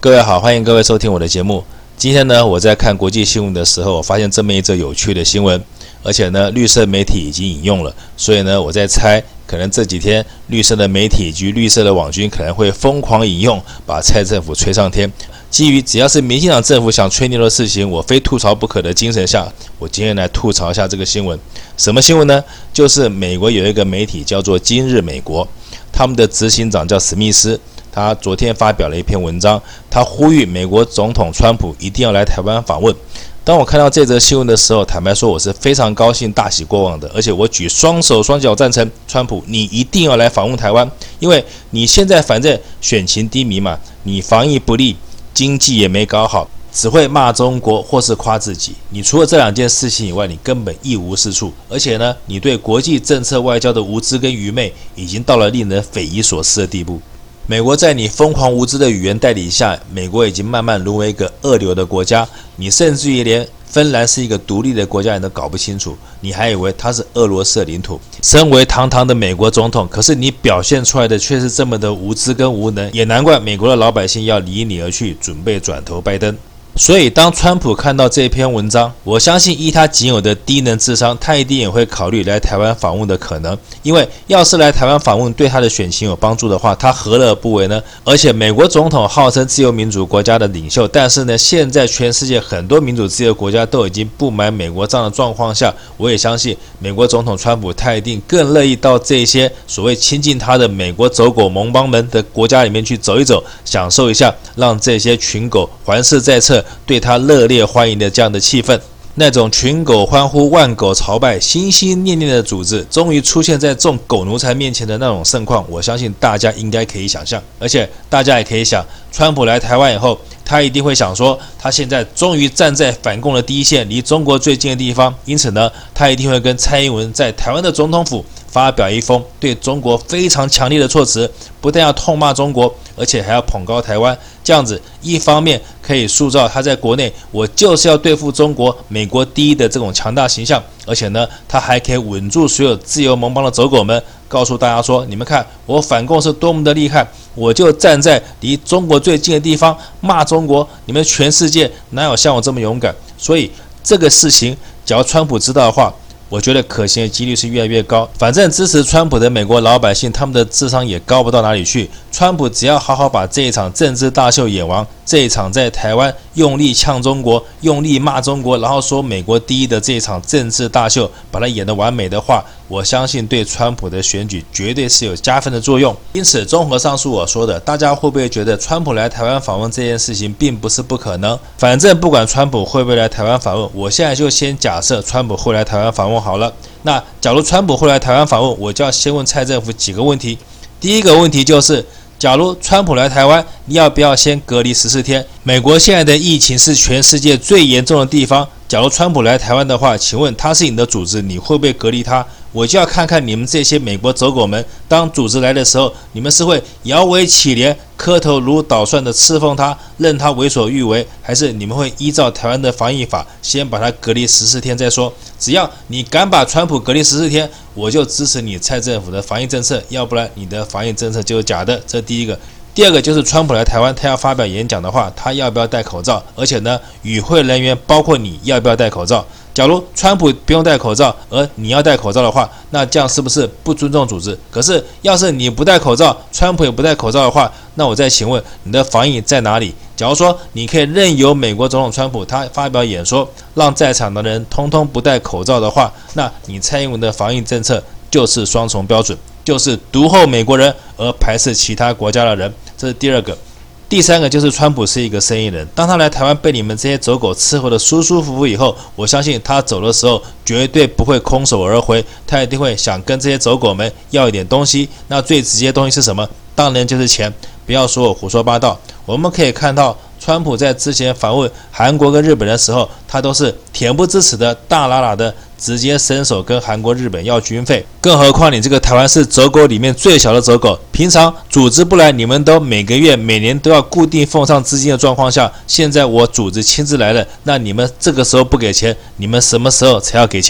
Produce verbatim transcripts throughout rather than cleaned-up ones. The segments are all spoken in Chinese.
各位好，欢迎各位收听我的节目。今天呢，我在看国际新闻的时候，我发现这么一则有趣的新闻，而且呢，绿色媒体已经引用了，所以呢，我在猜，可能这几天绿色的媒体及绿色的网军可能会疯狂引用，把蔡政府吹上天。基于只要是民进党政府想吹牛的事情，我非吐槽不可的精神下，我今天来吐槽一下这个新闻。什么新闻呢？就是美国有一个媒体叫做《今日美国》，他们的执行长叫史密斯。他昨天发表了一篇文章，他呼吁美国总统川普一定要来台湾访问。当我看到这则新闻的时候，坦白说我是非常高兴、大喜过望的，而且我举双手双脚赞成川普，你一定要来访问台湾，因为你现在反正选情低迷嘛，你防疫不力，经济也没搞好，只会骂中国或是夸自己。你除了这两件事情以外，你根本一无是处。而且呢，你对国际政策外交的无知跟愚昧，已经到了令人匪夷所思的地步。美国在你疯狂无知的语言带领下，美国已经慢慢沦为一个二流的国家。你甚至于连芬兰是一个独立的国家你都搞不清楚，你还以为它是俄罗斯的领土。身为堂堂的美国总统，可是你表现出来的却是这么的无知跟无能，也难怪美国的老百姓要离你而去，准备转投拜登。所以当川普看到这篇文章，我相信依他仅有的低能智商，他一定也会考虑来台湾访问的可能。因为要是来台湾访问对他的选情有帮助的话，他何乐而不为呢？而且美国总统号称自由民主国家的领袖，但是呢，现在全世界很多民主自由国家都已经不买美国这样的状况下，我也相信美国总统川普他一定更乐意到这些所谓亲近他的美国走狗盟邦们的国家里面去走一走，享受一下让这些群狗环视在侧，对他热烈欢迎的这样的气氛。那种群狗欢呼、万狗朝拜、心心念念的组织，终于出现在众狗奴才面前的那种盛况，我相信大家应该可以想象。而且大家也可以想，川普来台湾以后，他一定会想说，他现在终于站在反共的第一线，离中国最近的地方，因此呢，他一定会跟蔡英文在台湾的总统府发表一封对中国非常强烈的措辞，不但要痛骂中国，而且还要捧高台湾。这样子，一方面可以塑造他在国内我就是要对付中国、美国第一的这种强大形象，而且呢，他还可以稳住所有自由盟邦的走狗们，告诉大家说，你们看我反共是多么的厉害，我就站在离中国最近的地方骂中国，你们全世界哪有像我这么勇敢？所以这个事情，只要川普知道的话，我觉得可行的几率是越来越高。反正支持川普的美国老百姓，他们的智商也高不到哪里去。川普只要好好把这一场政治大秀演完，这一场在台湾用力呛中国、用力骂中国，然后说美国第一的这一场政治大秀，把它演得完美的话，我相信对川普的选举绝对是有加分的作用。因此，综合上述我说的，大家会不会觉得川普来台湾访问这件事情并不是不可能？反正不管川普会不会来台湾访问，我现在就先假设川普会来台湾访问好了。那假如川普会来台湾访问，我就要先问蔡政府几个问题。第一个问题就是，假如川普来台湾，你要不要先隔离十四天？美国现在的疫情是全世界最严重的地方，假如川普来台湾的话，请问他是你的组织，你会不会隔离他？我就要看看你们这些美国走狗们，当组织来的时候，你们是会摇尾乞怜、磕头如捣蒜的侍奉他，任他为所欲为，还是你们会依照台湾的防疫法，先把他隔离十四天再说？只要你敢把川普隔离十四天，我就支持你蔡政府的防疫政策，要不然你的防疫政策就是假的。这是第一个。第二个就是川普来台湾，他要发表演讲的话，他要不要戴口罩？而且呢，与会人员包括你要不要戴口罩？假如川普不用戴口罩，而你要戴口罩的话，那这样是不是不尊重组织？可是要是你不戴口罩，川普也不戴口罩的话，那我再请问你的防疫在哪里？假如说你可以任由美国总统川普他发表演说，让在场的人通通不戴口罩的话，那你蔡英文的防疫政策就是双重标准，就是独厚美国人而排斥其他国家的人。这是第二个。第三个就是川普是一个生意人，当他来台湾被你们这些走狗伺候的舒舒服服以后，我相信他走的时候绝对不会空手而回，他一定会想跟这些走狗们要一点东西。那最直接的东西是什么？当然就是钱。不要说我胡说八道，我们可以看到川普在之前访问韩国跟日本的时候，他都是恬不知耻的大喇喇的直接伸手跟韩国日本要军费，更何况你这个台湾是走狗里面最小的走狗，平常组织不来，你们都每个月每年都要固定奉上资金的状况下，现在我组织亲自来了，那你们这个时候不给钱，你们什么时候才要给钱？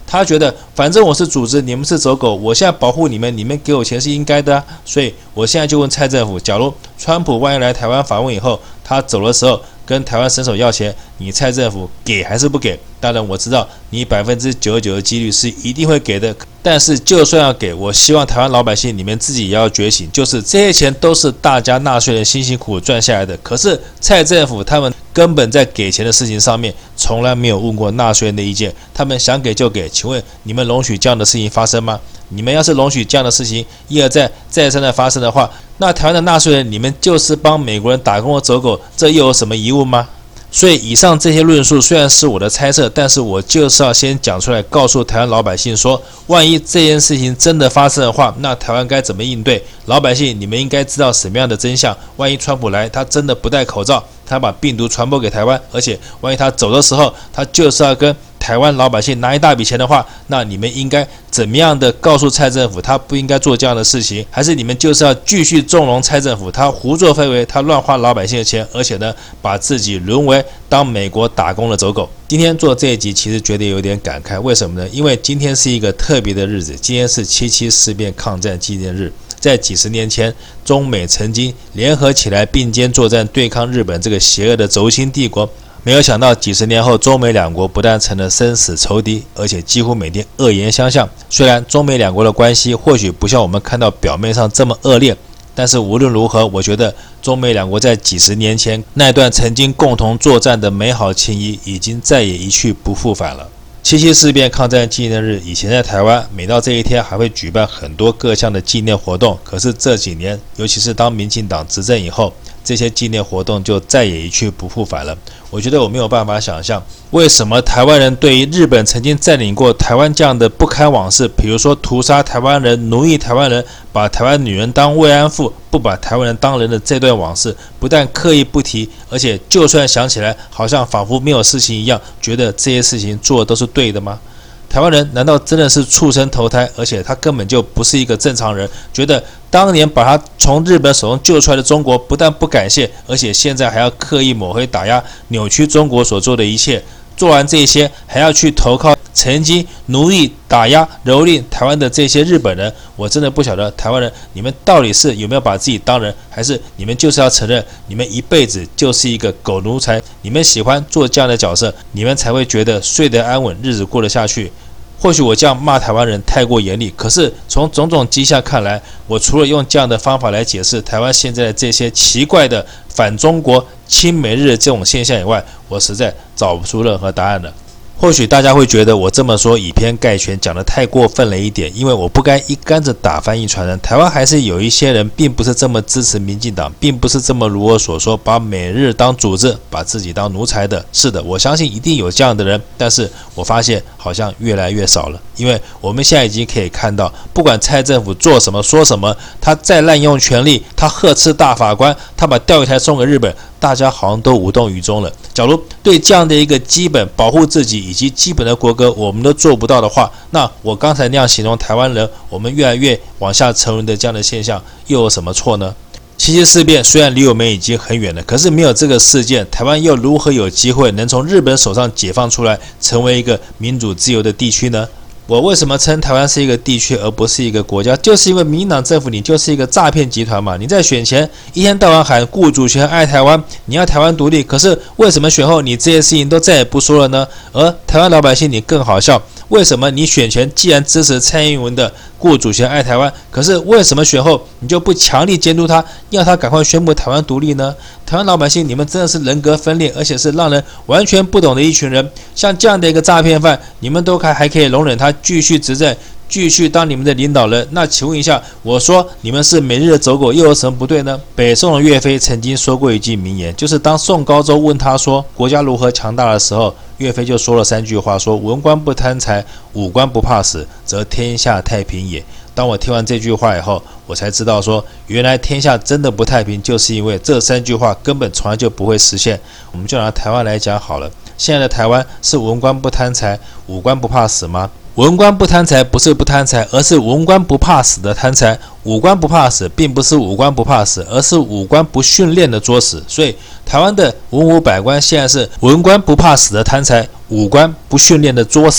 他觉得反正我是组织，你们是走狗，我现在保护你们，你们给我钱是应该的啊。所以我现在就问蔡政府，假如川普万一来台湾访问以后，他走的时候跟台湾伸手要钱，你蔡政府给还是不给？当然我知道你百分之九十九的几率是一定会给的，但是就算要给，我希望台湾老百姓你们自己也要觉醒，就是这些钱都是大家纳税人辛辛苦苦赚下来的，可是蔡政府他们根本在给钱的事情上面从来没有问过纳税人的意见，他们想给就给，请问你们容许这样的事情发生吗？你们要是容许这样的事情一而再再三的发生的话，那台湾的纳税人你们就是帮美国人打工的走狗，这又有什么疑问吗？所以以上这些论述虽然是我的猜测，但是我就是要先讲出来，告诉台湾老百姓说，万一这件事情真的发生的话，那台湾该怎么应对？老百姓你们应该知道什么样的真相？万一川普来，他真的不戴口罩，他把病毒传播给台湾，而且万一他走的时候，他就是要跟台湾老百姓拿一大笔钱的话，那你们应该怎么样的告诉蔡政府他不应该做这样的事情？还是你们就是要继续纵容蔡政府他胡作非为，他乱花老百姓的钱，而且呢把自己沦为当美国打工的走狗？今天做这一集其实觉得有点感慨，为什么呢？因为今天是一个特别的日子，今天是七七事变抗战纪念日。在几十年前，中美曾经联合起来并肩作战，对抗日本这个邪恶的轴心帝国。没有想到，几十年后，中美两国不但成了生死仇敌，而且几乎每天恶言相向。虽然中美两国的关系或许不像我们看到表面上这么恶劣，但是无论如何，我觉得中美两国在几十年前那段曾经共同作战的美好情谊，已经再也一去不复返了。七七事变抗战纪念日，以前在台湾，每到这一天还会举办很多各项的纪念活动。可是这几年，尤其是当民进党执政以后，这些纪念活动就再也一去不复返了。我觉得我没有办法想象，为什么台湾人对于日本曾经占领过台湾这样的不堪往事，比如说屠杀台湾人、奴役台湾人、把台湾女人当慰安妇、不把台湾人当人的这段往事，不但刻意不提，而且就算想起来，好像仿佛没有事情一样，觉得这些事情做的都是对的吗？台湾人难道真的是畜生投胎？而且他根本就不是一个正常人，觉得当年把他从日本手中救出来的中国，不但不感谢，而且现在还要刻意抹黑、打压、扭曲中国所做的一切。做完这些，还要去投靠曾经奴役、打压、蹂躏台湾的这些日本人。我真的不晓得台湾人，你们到底是有没有把自己当人，还是你们就是要承认你们一辈子就是一个狗奴才？你们喜欢做这样的角色，你们才会觉得睡得安稳，日子过得下去。或许我这样骂台湾人太过严厉，可是从种种迹象看来，我除了用这样的方法来解释台湾现在的这些奇怪的反中国、亲美日的这种现象以外，我实在找不出任何答案了。或许大家会觉得我这么说以偏概全，讲得太过分了一点，因为我不该一竿子打翻一船人。台湾还是有一些人并不是这么支持民进党，并不是这么如我所说把美日当组织，把自己当奴才的。是的，我相信一定有这样的人，但是我发现好像越来越少了。因为我们现在已经可以看到，不管蔡政府做什么说什么，他再滥用权力，他呵斥大法官，他把钓鱼台送给日本，大家好像都无动于衷了。假如对这样的一个基本保护自己以及基本的国歌我们都做不到的话，那我刚才那样形容台湾人我们越来越往下沉沦的这样的现象又有什么错呢？七七事变虽然离我们已经很远了，可是没有这个事件，台湾又如何有机会能从日本手上解放出来，成为一个民主自由的地区呢？我为什么称台湾是一个地区而不是一个国家？就是因为民进党政府你就是一个诈骗集团嘛！你在选前一天到晚喊顾主权、爱台湾，你要台湾独立，可是为什么选后你这些事情都再也不说了呢？而台湾老百姓你更好笑，为什么你选前既然支持蔡英文的顾主权、爱台湾，可是为什么选后你就不强力监督他，要他赶快宣布台湾独立呢？台湾老百姓你们真的是人格分裂，而且是让人完全不懂的一群人。像这样的一个诈骗犯，你们都还还可以容忍他继续执政，继续当你们的领导人，那请问一下，我说你们是美日的走狗，又有什么不对呢？北宋的岳飞曾经说过一句名言，就是当宋高宗问他说国家如何强大的时候，岳飞就说了三句话，说文官不贪财，武官不怕死，则天下太平也。当我听完这句话以后，我才知道说，原来天下真的不太平，就是因为这三句话根本从来就不会实现。我们就拿台湾来讲好了，现在的台湾是文官不贪财，武官不怕死吗？文官不贪财不是不贪财，而是文官不怕死的贪财；武官不怕死，并不是武官不怕死，而是武官不训练的作死。所以台湾的文武百官现在是文官不怕死的贪财，武官不训练的作死。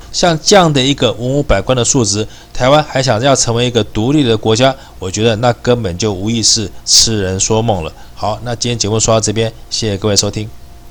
像这样的一个文武百官的素质，台湾还想要成为一个独立的国家，我觉得那根本就无疑是痴人说梦了。好，那今天节目说到这边，谢谢各位收听。